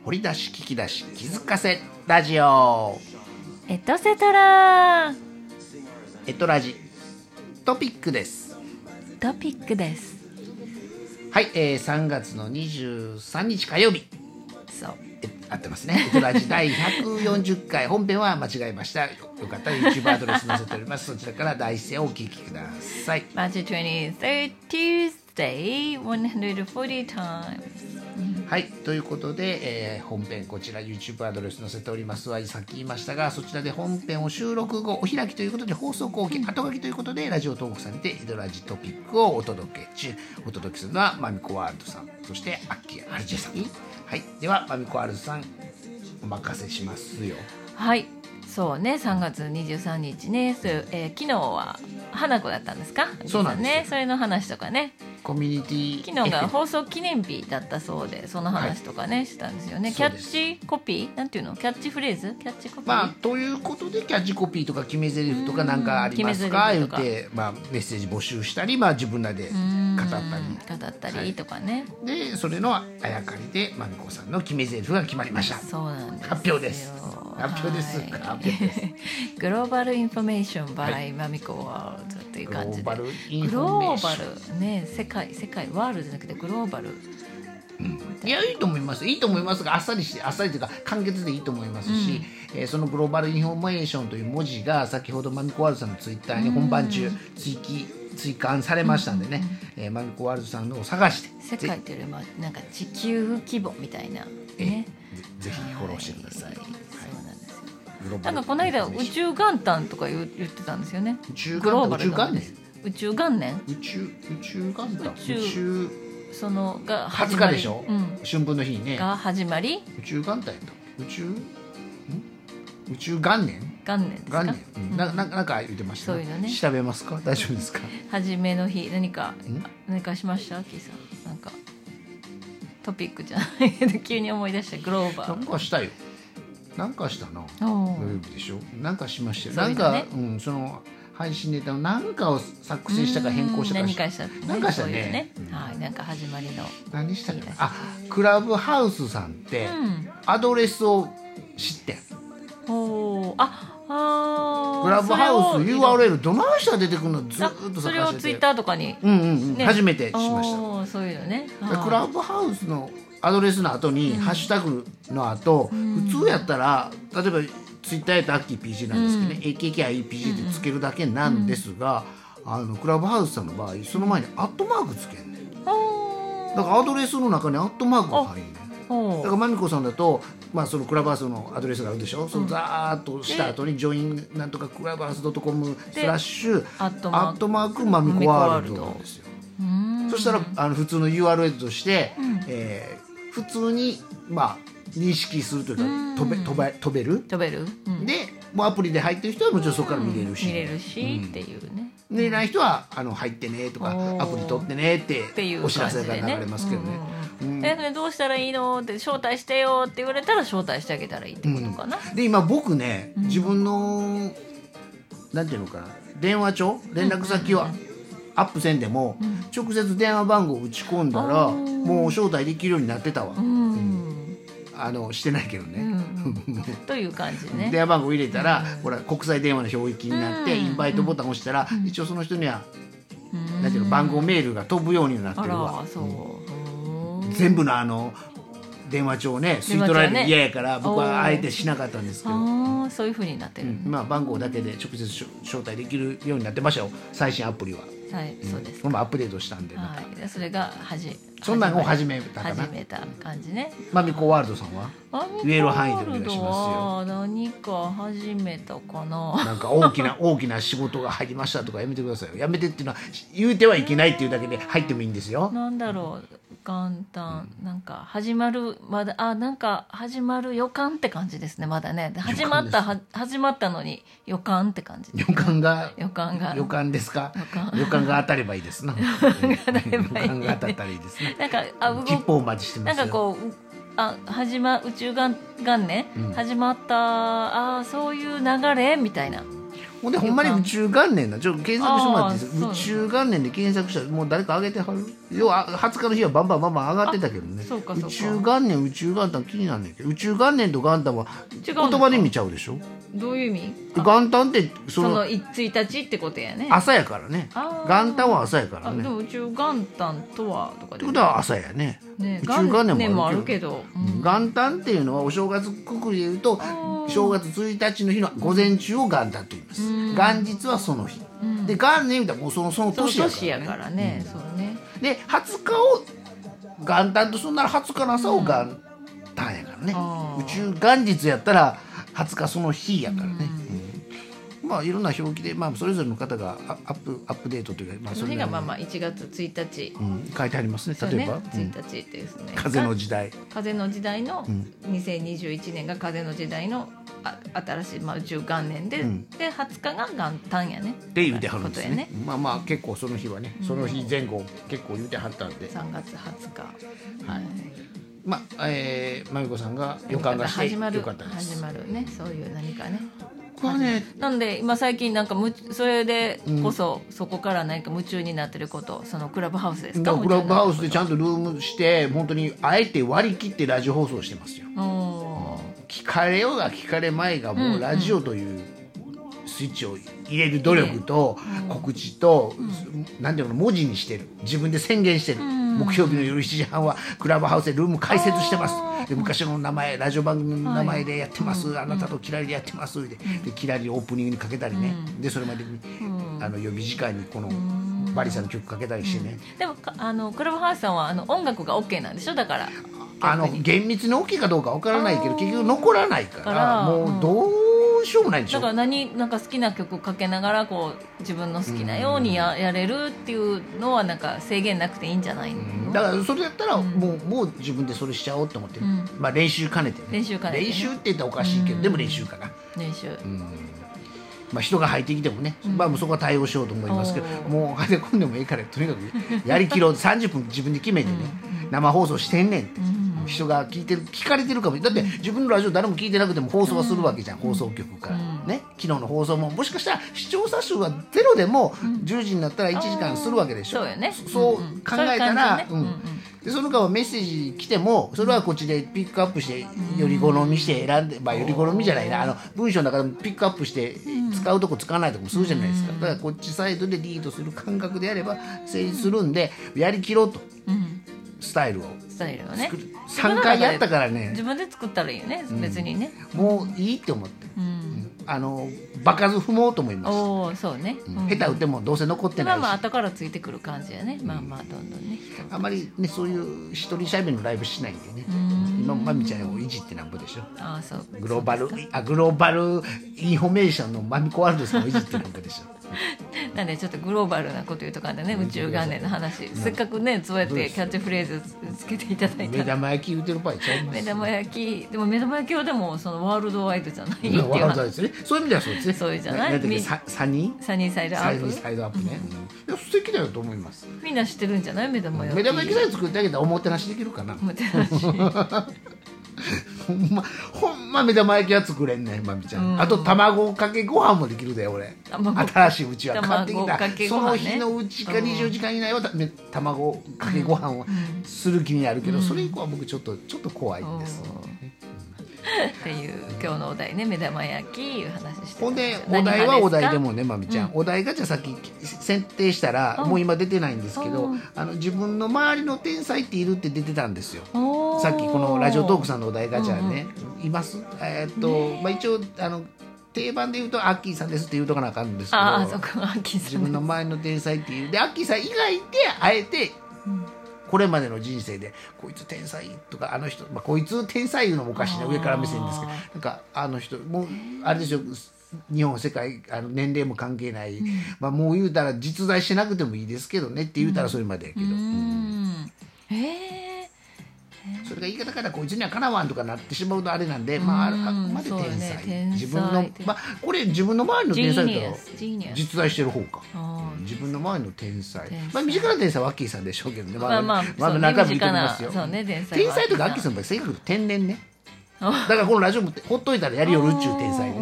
掘り出し聞き出し気づかせラジオエトセトラエトラジトピックです。 トピックです。 はい、3月の23日火曜日、 そう合ってますね。エトラジ第140回本編は間違えました。よかったら YouTube アドレス載せております。そちらから第一声をお聞きください。 March 23rd Tuesday 140 times。 はい、ということで、本編こちら YouTube アドレス載せておりますはさっき言いましたが、そちらで本編を収録後お開きということで放送後期後書きということでラジオトークさんにてエトラジトピックをお届け中。お届けするのはマミコワールドさん、そしてアッキーアルジェさん。はい、ではマミコワールドさんお任せしますよ。 はい、そうね、3月23日ね、昨日は花子だったんですか。 そうなんですよね、それの話とかね、 コミュニティ昨日が放送記念日だったそうで、その話とかね、したんですよね。キャッチコピーなんていうの、キャッチフレーズ、キャッチコピー、 ということでキャッチコピーとか決め台詞とか何かありますか言って、メッセージ募集したり、自分らで語ったりとかね、 でそれのあやかりでマミコさんの決め台詞が決まりました。 そうなんです。 発表です。発表です。 グローバルインフォメーション by マミコワールドという感じで、グローバルね、世界ワールドじゃなくてグローバル、 いや、いいと思いますが、あっさりというか簡潔でいいと思いますし、そのグローバルインフォメーションという文字が先ほどマミコワールドさんのツイッターに本番中追加されましたんでね、マミコワールドさんのを探して、 世界というよりもなんか地球規模みたいなね、 ぜひフォローしてください。 なんかこの間宇宙元旦とか言ってたんですよね。 宇宙元年そのが 20日でしょ、春分の日にねが始まり、 宇宙元旦やった宇宙元年ですか。 なんか言ってましたね。そういうのね、調べますか、大丈夫ですか。 初めの日何かしました？キーさん、なんかトピックじゃないけど急に思い出した。グローバルなんかしたよ。なんかしたな。土曜日でしょ。なんかしましたよ。なんか、その配信ネタのなんかを作成したか変更したか何かしたね。はい、なんか始まりの何したっけ。クラブハウスさんってアドレスを知ってん。クラブハウス URL どないしたら出てくるのずっと探してて、 それをツイッターとかに初めてしました。 そういうのね。 クラブハウスのアドレスの後にハッシュタグの後、普通やったら例えばツイッターやったらアッキー PG なんですけどね、AKKIPG でつけるだけなんですが、クラブハウスさんの場合その前にアットマークつけんねん。だからアドレスの中にアットマークが入んねん。だからマミコさんだと、そのクラブハウスのアドレスがあるでしょ、そのザーッとした後にジョインなんとかクラブハウス .com/ アットマークマミコワールドなんですよ。そしたら普通の URL として、普通に認識するというか飛べる、でもうアプリで入ってる人はもちろんそこから見れるしっていうね。 でない人は入ってねとかアプリ取ってねってお知らせが流れますけどね。 どうしたらいいのって招待してよって言われたら招待してあげたらいいってことかな。 で今僕ね、自分のなんていうのかな、電話帳連絡先はアップせんでも、直接電話番号を打ち込んだらもう招待できるようになってたわ。してないけどね、 という感じね。 電話番号入れたら、ほら国際電話の表域になって、インバイトボタンを押したら、一応その人にはなんていうの、番号メールが飛ぶようになってるわ。全部の電話帳をね吸い取られるの嫌やから僕はあえてしなかったんですけど、 そういう風になってる、 番号だけで直接招待できるようになってましたよ、最新アプリは。 そうです。 アップデートしたんで、 それがそんなのを始めた感じね。 マミコワールドさんは言える範囲でお願いしますよ。 何か始めたかな。 なんか大きな仕事が入りましたとかやめてくださいよ。やめてっていうのは言うてはいけないっていうだけで入ってもいいんですよ。 なんだろう、元旦、なんか始まるなんか始まる予感って感じですね。まだね、始まったのに予感って感じ、 予感ですか。予感が当たればいいですな。予感が当たったらいいですね。 なんか吉報待ちしてますよ。 なんかこう宇宙元年、始まった、そういう流れみたいな。 ほんでほんまに宇宙元年な、検索してもらっていいですか。 あー宇宙元年で検索したらもう誰か上げてはる。要は20日の日はバンバンバンバン上がってたけどね。 そうかそうか宇宙元年、宇宙元旦気になんねんけど、宇宙元年と元旦は違うんですか言葉で見ちゃうでしょ。 どういう意味？ 元旦ってその1日ってことやね。 朝やからね。 あー元旦は朝やからね。 でも宇宙元旦とはとかでってことは朝やね。 ね、 宇宙元年もあるけど、 元旦っていうのはお正月くくりで言うと正月1日の日の午前中を元旦と言います。元日はその日。で元年みたいなもうその年やからね。 そうね。 で20日を元旦とするなら20日の朝を元旦やからね。宇宙元日やったら20日その日やからね。まあいろんな表記で、まあ、それぞれの方がアップデートというか、まあ、 それがまあ1月1日、 書いてありますね。例えば、 1日ですね。 風の時代の2021年が風の時代の新しい宇宙元年で、で20日が元旦やねって言うてはるんですね。まあまあ結構その日はね、その日前後結構言うてはったんで、 3月20日、 はい。まあまみこさんが予感がしてよかったです。 始まるね、そういう何かね。 なんで今最近なんかそれでこそ、そこから何か夢中になってること、そのクラブハウスですか？ クラブハウスでちゃんとルームして本当にあえて割り切ってラジオ放送してますよ。聞かれようが聞かれまいがもうラジオというスイッチを入れる努力と告知と、なんていうの文字にしてる、自分で宣言してる。木曜日の夜7時半はクラブハウスでルーム開設してます。で昔の名前、ラジオ番組の名前でやってます、あなたとキラリでやってますでキラリオープニングにかけたりね、でそれまでに予備時間にこのバリさんの曲かけたりしてね。 でもクラブハウスさんは音楽が OK なんでしょ？だから厳密に OK かどうかわからないけど結局残らないからもうどうしようもないんでしょ。 だからなんか好きな曲かけながらこう自分の好きなようにやれるっていうのはなんか制限なくていいんじゃないの？ だからそれやったらもう自分でそれしちゃおうと思ってる。まあ練習兼ねてね。練習って言ったらおかしいけどでも練習かな。 練習。 まあ人が入ってきてもね、まあもうそこは対応しようと思いますけど、もう入ってこんでもいいからとにかくやりきろう。30分自分で決めてね、生放送してんねんって。人が聞かれてるかも。だって自分のラジオ誰も聞いてなくても放送はするわけじゃん、放送局からね。昨日の放送ももしかしたら視聴者数はゼロでも10時になったら1時間するわけでしょ。 そうよね。 そう考えたら、でその間はメッセージ来てもそれはこっちでピックアップしてより好みして選んで、まあより好みじゃないな、文章の中でもピックアップして使うとこ使わないとこもするじゃないですか。だからこっちサイドでリードする感覚であれば成立するんで、やりきろうと、スタイルをね 3回やったからね、 自分で作ったらいいよね、別にね。 もういいって思って、場数踏もうと思います。 そうね、 下手打ってもどうせ残ってないし、 まあ後からついてくる感じやね。まあまあどんどんね。 あまりねそういう一人しゃべりのライブしないんでね。今まみちゃんをいじってなんぼでしょ。 そうグローバルインフォメーションのマミコワールドさんをいじってなんぼでしょ。 なんでちょっとグローバルなこと言うとかでね、宇宙元年の話、せっかくねそうやってキャッチフレーズつけていただいた。 目玉焼き言うてる場合ちゃいます。 目玉焼きでも目玉焼きはでもそのワールドワイドじゃないっていう。 ワールドワイドですね。そういう意味ではそうですね。 そうじゃない。 サニーサイドアップね。いや素敵だよと思います。 みんな知ってるんじゃない？目玉焼き。 目玉焼きさえ作ってあげたらおもてなしできるかな。 おもてなし。 ほんま目玉焼きは作れんねんまみちゃん。あと卵かけご飯もできるで俺。新しいうちは買ってきたその日のうちか24時間以内は卵かけご飯をする気になるけど、それ以降は僕ちょっと怖いんです。 っていう今日のお題ね、目玉焼きいう話して。 ほんでお題はお題でもねまみちゃん、お題がじゃあさっき選定したらもう今出てないんですけど、自分の周りの天才っているって出てたんですよ。さっきこのラジオトークさんのお題がじゃあね、います。まあ一応定番で言うとアッキーさんですって言うとかなあかんんですけど、自分の周りの天才っていうでアッキーさん以外であえて、これまでの人生でこいつ天才とかあの人、こいつ天才いうのもおかしいな、上から目線ですけど、なんかあの人もうあれですよ、日本世界年齢も関係ない、もう言うたら実在しなくてもいいですけどねって言うたらそれまでやけど、それが言い方からこいつにはかなわんとかなってしまうとあれなんで、あくまで天才、自分のこれ自分の周りの天才だと実在してる方か、自分の周りの天才、身近な天才はアッキーさんでしょうけどね、まだ中身見てみますよ。天才とかアッキーさんの性格天然ね。だからこのラジオもほっといたらやりよるっちゅう天才ね。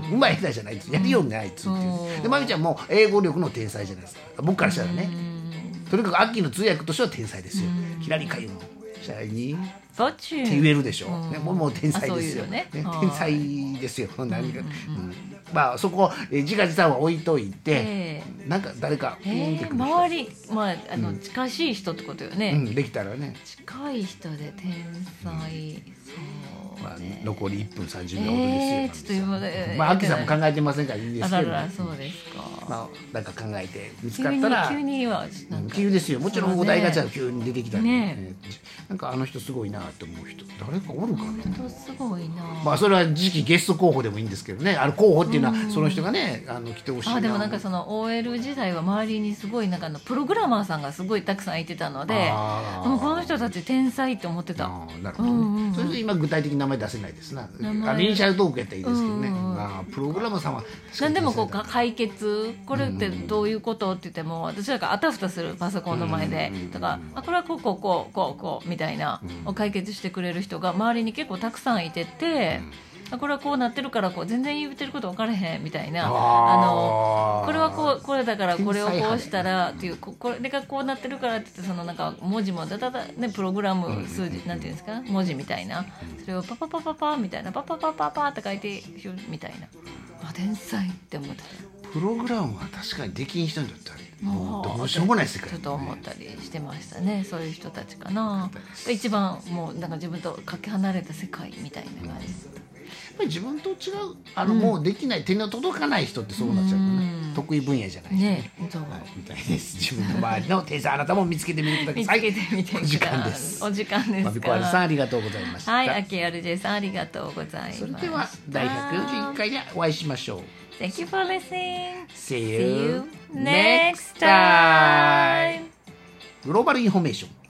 うまい下手じゃないですやりようにないっつってでまみちゃんも英語力の天才じゃないですか僕からしたらねとにかくアッキーの通訳としては天才ですよヒラリカユのシャイニーって言えるでしょねもう天才ですよね天才ですよ何かまあそこ自画自賛は置いといてなんか誰か周り近しい人ってことよねできたらね近い人で天才残り1分30秒ほどですよまあアッキーさんも考えてませんからいいですけどそうですかまあなんか考えて見つかったら急には急ですよもちろんお題ガチャが急に出てきたりなんかあの人すごいなって思う人誰かおるかなすごいなまあそれは次期ゲスト候補でもいいんですけどね候補っていうのはその人がね来てほしいなでもなんかその OL 時代は周りにすごいなんかプログラマーさんがすごいたくさんいてたのででもこの人たち天才って思ってたなるほどねそれで今具体的に名前出せないですなイニシャルトークやったらいいですけどねプログラマーさんは何でもこう解決これってどういうことって言っても私なんかあたふたするパソコンの前でだからこれはこうみたいなを解決してくれる人が周りに結構たくさんいててこれはこうなってるから全然言ってること分からへんみたいなこれはこれだからこれをこうしたらっていうこれがこうなってるからって言ってそのなんか文字もねプログラム数字なんていうんですか文字みたいなそれをパパパパパみたいなパパパパパって書いてみたいな天才って思ってたプログラムは確かにできん人にとってはもうどうしようもない世界ちょっと思ったりしてましたねそういう人たちかな一番もうなんか自分とかけ離れた世界みたいな感じやっぱり自分と違うもうできない手の届かない人ってそうなっちゃうね得意分野じゃないねみたいです自分の周りの天才あなたも見つけてみてください見つけてみてくださいお時間ですお時間ですまびこあるさんありがとうございましたはいアキアルジェさんありがとうございましたそれでは第141回でお会いしましょう Thank you for listening See you next time グローバルインフォメーション